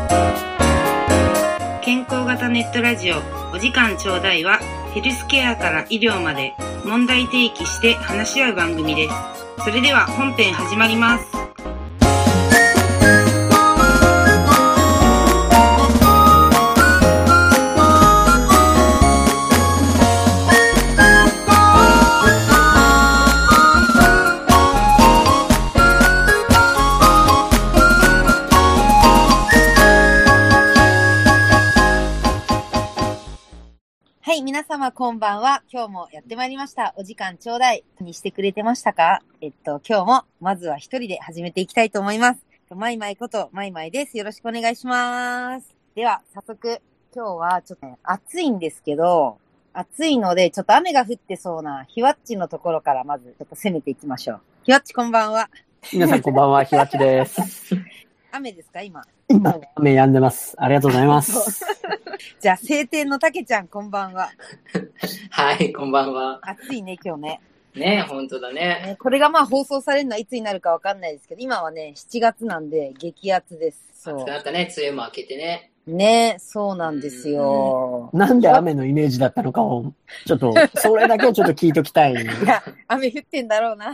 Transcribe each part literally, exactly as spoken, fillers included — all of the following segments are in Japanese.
健康型ネットラジオお時間ちょうだいは、ヘルスケアから医療まで問題提起して話し合う番組です。それでは本編始まります。 はい、皆様こんばんは。今日もやってまいりました。お時間ちょうだいにしてくれてましたか？えっと、今日もまずは一人で始めていきたいと思います。マイマイことマイマイです。よろしくお願いします。では、早速、今日はちょっと、ね、暑いんですけど、暑いので、ちょっと雨が降ってそうなひわっちのところからまずちょっと攻めていきましょう。ひわっちこんばんは。 皆さんこんばんは、ひわっちです。 雨ですか今？ 今、雨止んでます。ありがとうございます。 じゃあ、晴天のたけちゃん、こんばんは。 はい、こんばんは。 暑いね、今日ね。 ねえ、ほんとだね。 ね、これがまあ放送されるのはいつになるかわかんないですけど、今はね、しちがつなんで、激アツです。そう。 暑くなったね、梅雨も明けてね。 ねえ、そうなんですよ。 なんで雨のイメージだったのかを、ちょっと、それだけをちょっと聞いときたい。いや、雨降ってんだろうなって。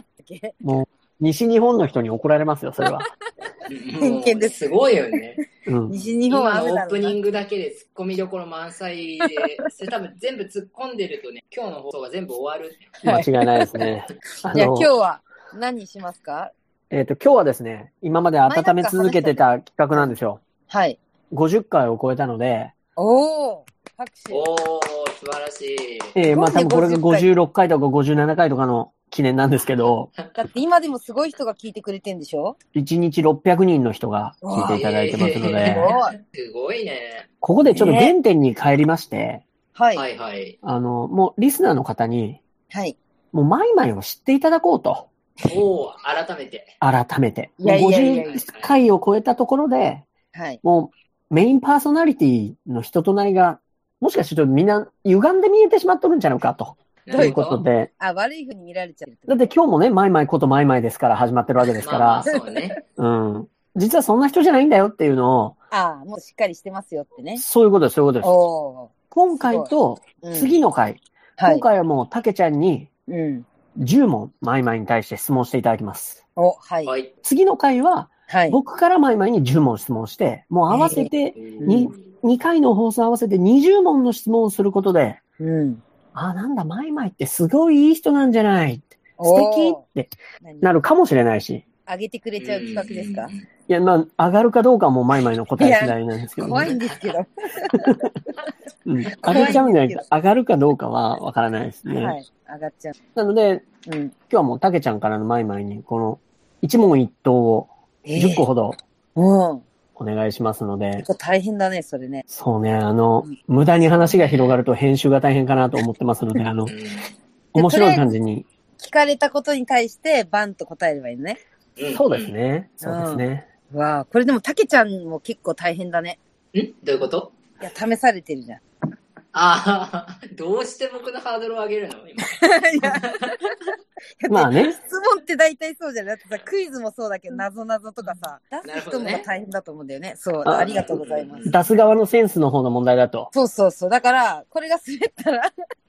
もう、西日本の人に怒られますよ、それは。 偏見です。 すごいよね。 うん、 西日本は今のオープニングだけで突っ込みどころ満載で、それ多分全部突っ込んでるとね、今日の放送が全部終わる。 間違いないですね。 じゃあ今日は何しますか？ えっと、今日はですね、今まで温め続けてた企画なんですよ。 はい。 ごじゅっかいを超えたので。 おー、拍手。 おー、素晴らしい。 えー、まあ多分これがごじゅうろっかいとかごじゅうななかいとかの記念なんですけど。 だって今でもすごい人が聞いてくれてんでしょ？ いちにちろっぴゃくにんの人が聞いていただいてますので。 すごいね。 ここでちょっと原点に帰りまして。 はい。 はいはい。 あの、もうリスナーの方に。 はい。 もうマイマイを知っていただこうと。 おー、改めて。 改めて。 いやいやいやいやごじゅっかいを超えたところで。 はい。 もうメインパーソナリティの人となりが、もしかするとみんな歪んで見えてしまっとるんちゃうかと。ということで。 あ、悪い風に見られちゃう。 だって今日もね、マイマイことマイマイですから始まってるわけですから。 まあまあそうね。 うん。実はそんな人じゃないんだよっていうのを。 ああ、もうしっかりしてますよってね。 そういうことです、そういうことです。 おー。 今回と次の回。うんはい、今回はもうたけちゃんに、じゅうもんマイマイに対して質問していただきます。 お、はい。 次の回は、はい、僕からマイマイにじゅうもん質問して、もう合わせて 2,、えー、にかいの放送合わせてにじゅうもんの質問をすることで、うん、あ、なんだ、マイマイってすごいいい人なんじゃない素敵ってなるかもしれないし。 上げてくれちゃう企画ですか？ いや、まあ、上がるかどうかはもうマイマイの答え次第なんですけど、ね。 怖いんですけど。 うん、上げちゃうんじゃないけど、上がるかどうかはわからないですね。 はい、上がっちゃう。 なので、うん、今日はもうたけちゃんからのマイマイに、この一問一答をじゅっこほど、えー、お願いしますので。 大変だね、それね。 そうね、あの、うん、無駄に話が広がると編集が大変かなと思ってますので、あの、面白い感じに。 聞かれたことに対してバンと答えればいいのね。 そうですね。そうですね。 うん、わあ、これでもたけちゃんも結構大変だね。 ん？どういうこと？ いや、試されてるじゃん。 ああ、どうして僕のハードルを上げるの今。いやまあね。 質問って大体そうじゃない？だってさ、クイズもそうだけど、なぞなぞとかさ、出す人も大変だと思うんだよね。そう、ありがとうございます。 出す側のセンスの方の問題だと。 そうそうそう。だから、これが滑ったら、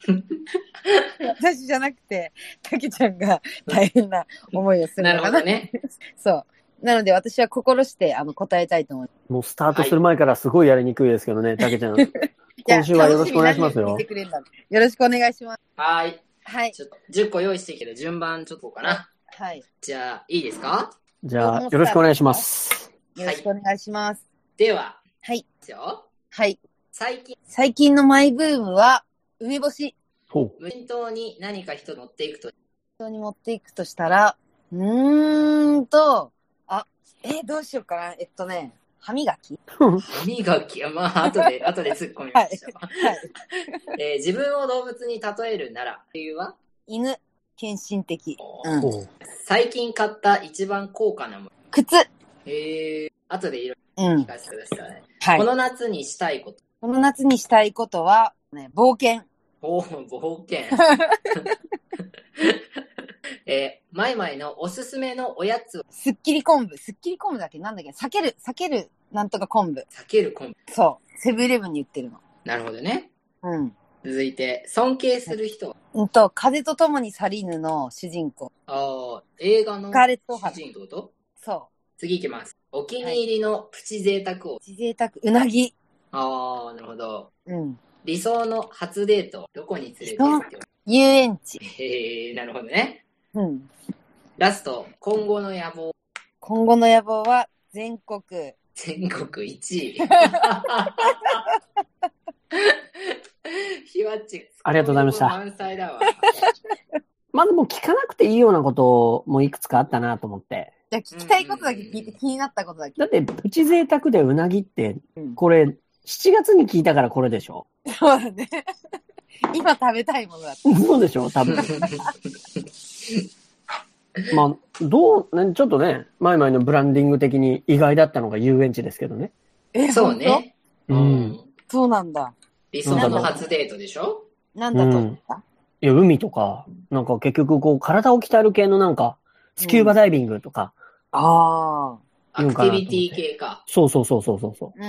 私じゃなくて、たけちゃんが大変な思いをするのかな。 なるほどね。 そう。なので私は心してあの答えたいと思います。 もうスタートする前からすごいやりにくいですけどね、たけちゃん。今週はよろしくお願いしますよ。 よろしくお願いします。 はい。 はい。 ちょっとじゅっこ用意してきてる順番ちょっとかな。 はい。 じゃあ、いいですか？ じゃあ、よろしくお願いします。 よろしくお願いします。 では。 はい。 ですよ。 はい。 最近。 最近のマイブームは、梅干し。 ほう。 無人島に何か人持っていくと。 人に持っていくとしたら、うーんと、あ、え、どうしようかな。えっとね、歯磨き歯磨きは、まあ、後で、後で突っ込みましょう。はいはいえー。自分を動物に例えるなら、理由は犬、献身的、 うん。最近買った一番高価なもの。 靴。 えー、後でいろいろ聞かせてください、うんはい。この夏にしたいこと。 この夏にしたいことは、ね、冒険。 おー、冒険。えー、マイマイのおすすめのおやつ。 すっきり昆布。すっきり昆布だっけなんだっけ避ける、避けるなんとか昆布。 避ける昆布。 そう。セブンイレブンに売ってるの。 なるほどね。 うん。 続いて、尊敬する人。 うんと、風と共に去りぬの主人公。 ああ、映画のガレット主人公とそう。 次行きます。お気に入りのプチ贅沢を。 プチ贅沢、うなぎ。 ああ、なるほど。 うん。 理想の初デート、どこに連れて行って遊園地。 へえ、なるほどね。 うん。 ラスト、今後の野望。 今後の野望は全国。 全国いちい。ひわっち。 ありがとうございました。 満載だわ。 まあでも聞かなくていいようなこともいくつかあったなと思って。 じゃあ聞きたいことだけ聞いて、気になったことだけ。 だって、プチ贅沢でうなぎって、これ、しちがつに聞いたからこれでしょ。 そうだね。今食べたいものだった。 そうでしょ多分。まあ、どう、ね、ちょっとね、マイマイのブランディング的に意外だったのが遊園地ですけどね。 え、そうね。 うん。 そうなんだ。 理想の初デートでしょ？ なんだと思った、うん、 いや、海とか、なんか結局こう、体を鍛える系のなんか、スキューバダイビングとか。 うん、ああ。アクティビティ系か。 そうそうそうそうそう。 うん。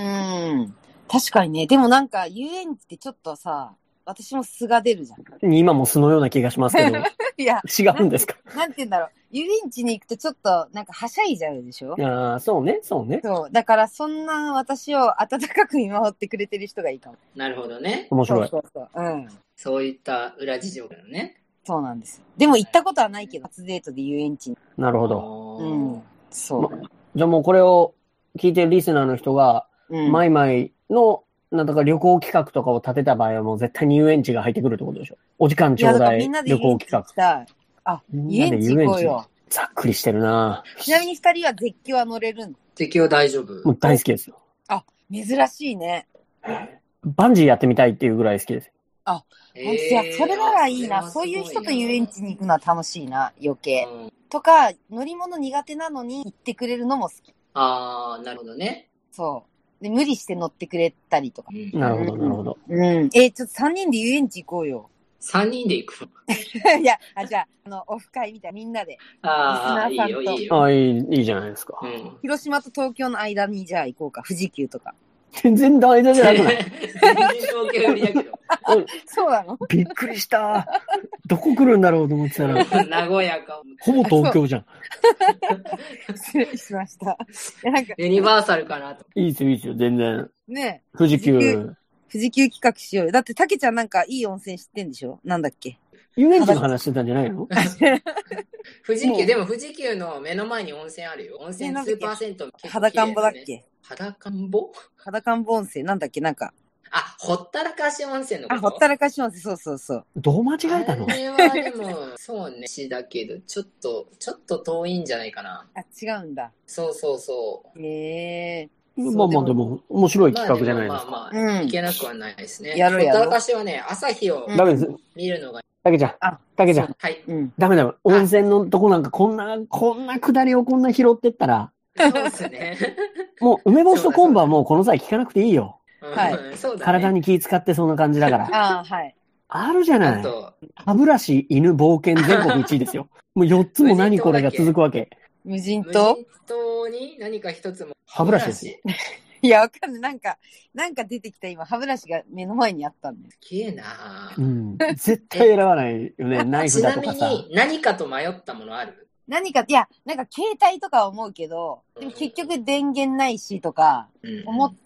確かにね。でもなんか、遊園地ってちょっとさ、私も素が出るじゃん。 今も素のような気がしますけど。 いや、 違うんですか？ な。なんて言うんだろう。遊園地に行くとちょっと、なんかはしゃいじゃうでしょ？ ああ、そうね、そうね。 そう。だから、そんな私を温かく見守ってくれてる人がいいかも。 なるほどね。 面白い。 そうそうそう。うん。 そういった裏事情だよね。 そうなんです。でも行ったことはないけど、初デートで遊園地に。 なるほど。 うん。そう。 ま、じゃあもうこれを聞いてるリスナーの人が、うん、マイマイの、なんとか旅行企画とかを立てた場合はもう絶対に遊園地が入ってくるってことでしょ。お時間ちょうだい旅行企画。 あ、遊園地行こうよ。 ざっくりしてるな。 ちなみに二人は絶叫は乗れるの？ 絶叫大丈夫。 もう大好きですよ。 あ、珍しいね。 バンジーやってみたいっていうぐらい好きです。 あ、えー、いや、それならいいな。そういう人と遊園地に行くのは楽しいな、余計。うん、とか、乗り物苦手なのに行ってくれるのも好き。 あー、なるほどね。 そう。で、無理して乗ってくれたりとか。 うん、なるほど、なるほど。 うん。えー、ちょっと三人で遊園地行こうよ。 三人で行くいや、あ、じゃあ、あの、オフ会みたいなみんなで。 ああ、いいよ、いいよ。 ああ、いい、いいじゃないですか。 うん、広島と東京の間にじゃあ行こうか。富士急とか。 全然間じゃなくない？ 全然東京寄りだけど。 そうなの？ びっくりした。どこ来るんだろうと思ってたら。 名古屋か。 ほぼ東京じゃん。 失礼しました。なんかユニバーサルかなと。 いいですよ、いいですよ、全然。 ねえ。富士急。 富士急企画しようよ。だって、たけちゃんなんかいい温泉知ってんでしょ？なんだっけ？ 遊園地の話してたんじゃないの？ 富士急、でも富士急の目の前に温泉あるよ。温泉数パーセント。 裸んぼだっけ？ 裸んぼ？ 裸んぼ温泉なんだっけ？なんか。 あ、ほったらかし温泉のこと？ あ、ほったらかし温泉、そうそうそう。 どう間違えたの？ あれはでも、そうね、しだけど、ちょっと、ちょっと遠いんじゃないかな。 あ、違うんだ。 そうそうそう。 へえ。 まあまあでも、面白い企画じゃないですか。 まあまあ、まあ、いけなくはないですね。 やるやる。 ほったらかしはね、朝日を見るのが。 たけちゃん。あ、たけちゃん。 はい。 ダメだ。温泉のとこなんかこんな、こんな下りをこんな拾ってったら。 そうですね。 もう、梅干しと昆布はもうこの際聞かなくていいよ。 はい。 そうだね。 体に気使ってそんな感じだから。 ああ、はい。 あるじゃない。歯ブラシ、犬、冒険、全国いちいですよ。もうよっつも何これが続くわけ。 無人島？ 無人島に何か一つも。 歯ブラシですよ。 いや、わかんない。なんか、なんか出てきた今、歯ブラシが目の前にあったんです。 すげえなぁ。 うん。絶対選ばないよね。ナイフだとかさ。 ちなみに何かと迷ったものある？ 何か、いや、なんか携帯とかは思うけど、でも結局電源ないしとか、思って、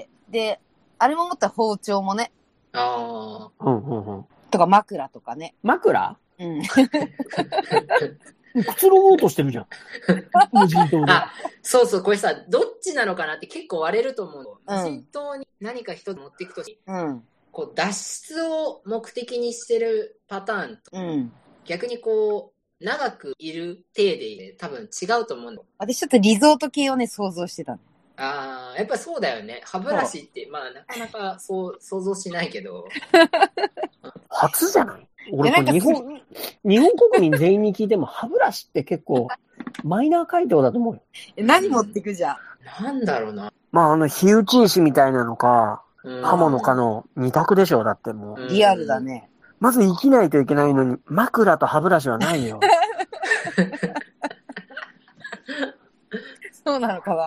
うん、で、あれも思ったら包丁もね。 ああ。うんうんうん。 とか枕とかね。 枕？ うん。 くつろごうとしてるじゃん。無人島で。 あ、そうそう、これさ、どっちなのかなって結構割れると思うの。うん、無人島に何か一つ持っていくとし、 うん、 こう脱出を目的にしてるパターンと、 うん、 逆にこう、長くいる体で多分違うと思うの。 私ちょっとリゾート系をね、想像してたの。 ああ、やっぱそうだよね。歯ブラシって、まあなかなかそう想像しないけど。 初じゃない？俺これ日本、日本国民全員に聞いても歯ブラシって結構マイナー回答だと思うよ。 え、何持ってくじゃん。 なんだろうな。 まああの、火打ち石みたいなのか、刃物かの二択でしょう、だってもう。 リアルだね。 まず生きないといけないのに、枕と歯ブラシはないよ。 そうなのかな。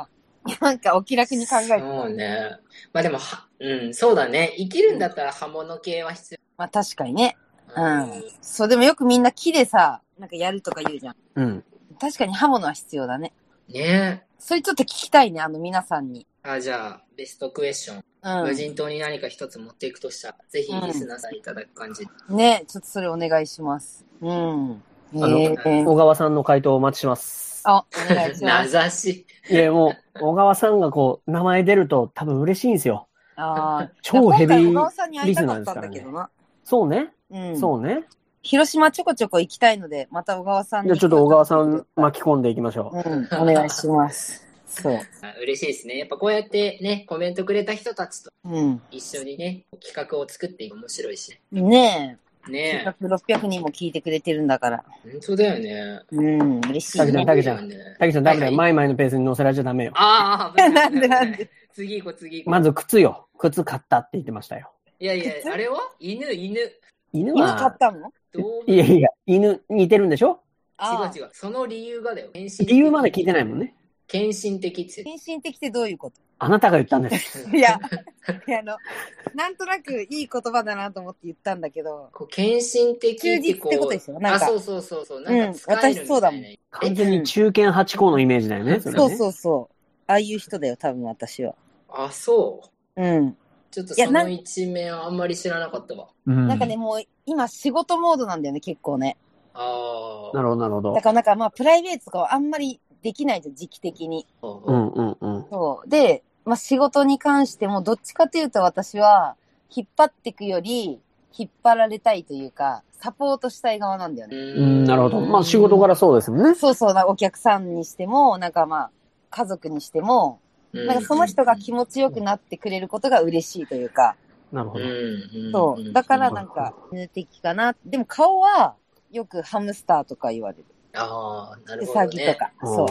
なんかお気楽に考えて。 そうね。まあでも、は、うん、そうだね。生きるんだったら刃物系は必要。 まあ確かにね。うん。そう、でもよくみんな木でさ、なんかやるとか言うじゃん。 うん。 確かに刃物は必要だね。 ねえ。 それちょっと聞きたいね、あの皆さんに。 あ、じゃあ、ベストクエスチョン。うん、無人島に何か一つ持っていくとしたら、ぜひリスナーさんいただく感じ。 うん、ね、ちょっとそれお願いします。うん。 あの、えー、小川さんの回答をお待ちします。 あ、お願いします。 名指し。 いや、もう、小川さんがこう、名前出ると多分嬉しいんですよ。 ああ。 超ヘビー小川さんに会いたかったんだけどな。 そうね。うん。そうね。 広島ちょこちょこ行きたいので、また小川さんに。 じゃあちょっと小川さん巻き込んでいきましょう。うん、お願いします。そう。 嬉しいですね。やっぱこうやってね、コメントくれた人たちと一緒にね、うん、企画を作って面白いしね。ねえ。 ねえ。 企画ろっぴゃくにんも聞いてくれてるんだから。 本当だよね。 うん、嬉しい。 たけちゃん、たけちゃん。たけちゃん、ダメだよ。マイマイのペースに乗せられちゃダメよ。 ああ、 なんでなんで。 次行こう、次行こう。 まず靴よ。靴買ったって言ってましたよ。 いやいや、あれは犬、犬。 犬は。 犬買ったの？ いやいや、犬似てるんでしょ？ 違う違う。その理由がだよ。 理由まで聞いてないもんね。 献身的って。 献身的ってどういうこと？ あなたが言ったんです。 いや、いやあの、なんとなくいい言葉だなと思って言ったんだけど。 こう献身的ってこう。 忠実ってことですよ。なんか。 あ、そうそうそうそう。なんか使えるみたいな、 うん、私そうだもん。 完全に中堅八校のイメージだよね。それねそうそうそう。ああいう人だよ、多分私は。 あ、そう。 うん。 ちょっとその一面はあんまり知らなかったわ。 なんかね、もう今仕事モードなんだよね、結構ね。 ああ。 なるほど、なるほど。 だからなんかまあプライベートとかはあんまりできないじゃん、時期的に。 うんうんうん。 そう。で、まあ仕事に関してもどっちかというと私は引っ張っていくより引っ張られたいというか、サポートしたい側なんだよね。 うん、なるほど。まあ仕事からそうですもんね。 そうそう、お客さんにしても、なんかまあ家族にしても、なんかその人が気持ちよくなってくれることが嬉しいというか。 なるほど。 そう。だからなんか、犬的かな。でも顔は、よくハムスターとか言われる。 ああ、なるほど、ね。 ウサギとか。そう。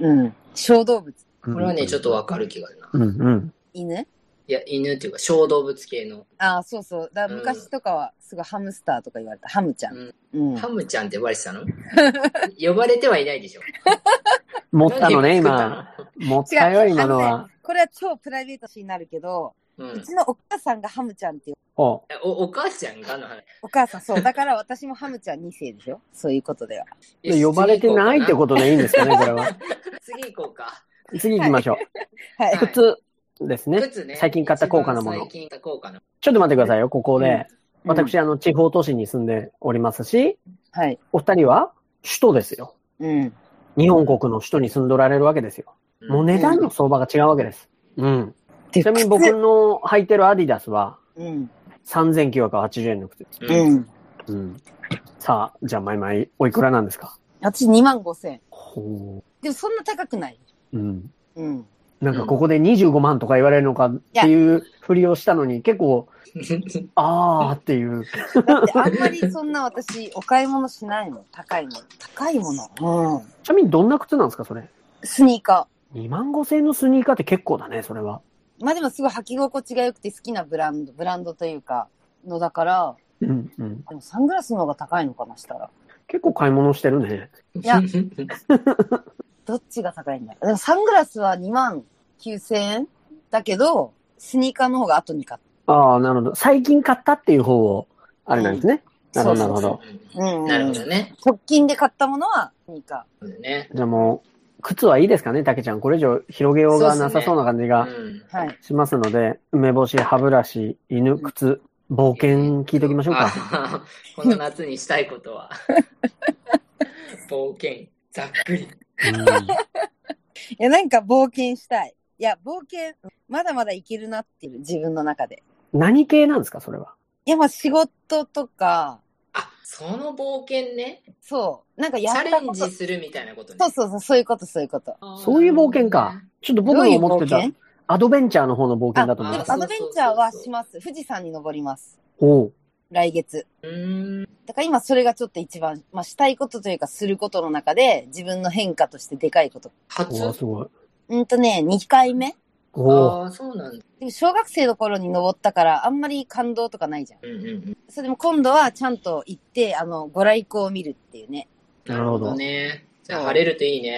うん。小動物。 これはね、ちょっとわかる気がするな。 うんうん。 犬？ いや、犬っていうか、小動物系の。 ああ、そうそう。だから昔とかは、すごいハムスターとか言われた。ハムちゃん。うんうん、ハムちゃんって呼ばれてたの？呼ばれてはいないでしょ。 持ったのね、今。持ったよ、今のは、 ね。これは超プライベートになるけど、うん、うちのお母さんがハムちゃんっていう。 お, お, お母ちゃんがの話。 お母さん、そう。だから私もハムちゃんに世でしょ？そういうことでは。 呼ばれてないってことでいいんですかね、これは。 次行こうか。 次行きましょう。はい。靴ですね。靴ね。最近買った高価なもの。 最近買った高価な。 ちょっと待ってくださいよ、ここで。うん、私、あの、地方都市に住んでおりますし、 はい。 お二人は首都ですよ。 うん。 日本国の首都に住んでおられるわけですよ。もう値段の相場が違うわけです。うん。ちなみに僕の履いてるアディダスは、うん。さんぜんきゅうひゃくはちじゅうえんの靴です。 うん。 うん。さあ、じゃあ、まいまい、おいくらなんですか？ 私にまんごせん。 ほう。 でもそんな高くない。 うん。 うん。 なんかここでにじゅうごまんとか言われるのかっていうふりをしたのに、結構、あーっていう。 だってあんまりそんな私、お買い物しないの。高いの。高いもの。うん。 ちなみにどんな靴なんですか、それ？ スニーカー。にまんごせんえんのスニーカーって結構だね、それは。 まあでもすごい履き心地が良くて好きなブランド、ブランドというか、のだから、 うんうん。 でもサングラスの方が高いのかな、したら。 結構買い物してるね。 いや、どっちが高いんだろう。でもサングラスはにまんきゅうせんえんだけど、スニーカーの方が後に買った。 ああ、なるほど。最近買ったっていう方を、あれなんですね。うん、なるほど、なるほど。 うん、 なるほどね。 直近で買ったものはスニーカー。そうね。 じゃあもう、靴はいいですかね、たけちゃん。これ以上広げようがなさそうな感じがしますので、梅干し、歯ブラシ、犬、靴、冒険聞いておきましょうか。 この夏にしたいことは。冒険、ざっくり。 うん、いや、なんか冒険したい。いや、冒険、まだまだいけるなっていう、自分の中で。 何系なんですか、それは。 いや、まあ仕事とか。 あ、その冒険ね。 そう。なんかやったことチャレンジするみたいなことね。 そうそうそう、そういうこと、そういうこと。 そういう冒険か。ちょっと僕の思ってたアドベンチャーの方の冒険だと思います。 アドベンチャーはします。富士山に登ります。 おう。 来月。 うーん。 だから今それがちょっと一番、まあしたいことというかすることの中で自分の変化としてでかいこと。 初？ おすごい。 うんとね、にかいめ。 ああ、そうなんだ。 でも小学生の頃に登ったからあんまり感動とかないじゃん。 うんうんうん。 それでも今度はちゃんと行って、あの、ご来光を見るっていうね。 なるほどね。じゃあ晴れるといいね。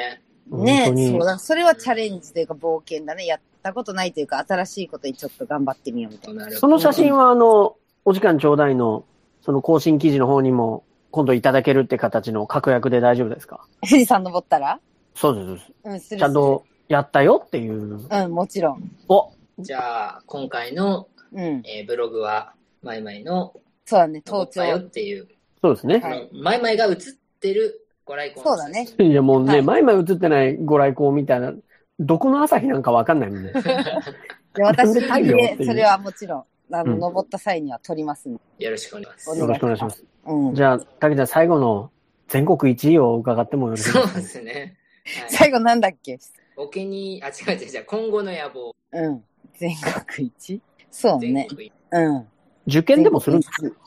ねえ、そうだ。それはチャレンジというか冒険だね。やったことないというか、新しいことにちょっと頑張ってみようみたいな。 その写真は、あの、お時間ちょうだいの、その更新記事の方にも、今度いただけるって形の確約で大丈夫ですか？ 富士山登ったら？ そうです。 うん、する。 ちゃんとやったよっていう。 うん、もちろん。 おじゃあ、今回の、うんえー、ブログは、マイマイの、 そうだね、 登ったよっていう。 そうですね。 はい、マイマイが写ってるご来光。 そうだね。 いやもうね、はい、マイマイ写ってないご来光みたいな、どこの朝日なんかわかんないもんね。 で私で、それはもちろん。あの、うん、登った際には撮りますね。 よろしくお願いします。 よろしくお願いします。うん、じゃあ、たけちゃん最後の全国いちいを伺ってもよろしいですか？ そうですね。 はい、最後なんだっけ？ お気に、あ、違う違う違う、今後の野望。 うん。全国一？そうね。うん。 受験でもするんですか？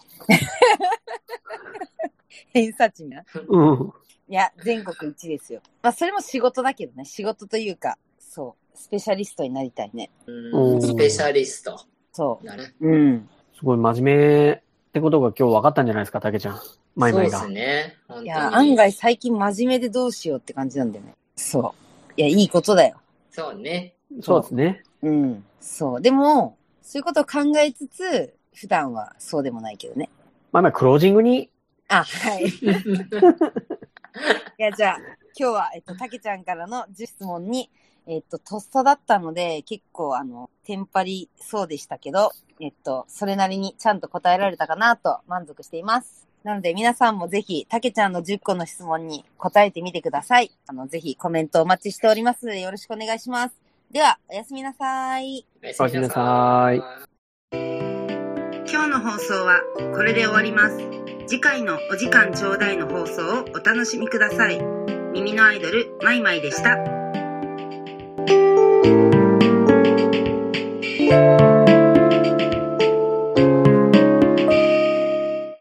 偏差値が。 うん。 いや、全国一ですよ。まあ、それも仕事だけどね。仕事というか、そう。スペシャリストになりたいね。 うん。スペシャリスト。 そう。 なる。 うん。 すごい真面目ってことが今日分かったんじゃないですか、たけちゃん。マイマイが。 そうですね。本当に。 いや、案外最近真面目でどうしようって感じなんだよね。そう。いや、いいことだよ。 そうね。 そうですね。 うん。そう。でも、そういうことを考えつつ、普段はそうでもないけどね。 まあまあ、クロージングに。 あ、はい。いや、じゃあ、今日は、えっと、たけちゃんからのじゅう質問に、えっと、とっさだったので、結構、あの、テンパりそうでしたけど、えっと、それなりにちゃんと答えられたかなと満足しています。なので、皆さんもぜひ、たけちゃんのじゅっこの質問に答えてみてください。あの、ぜひコメントお待ちしておりますので、よろしくお願いします。では、おやすみなさい。 おやすみなさい。 今日の放送はこれで終わります。次回のお時間ちょうだいの放送をお楽しみください。耳のアイドル、マイマイでした。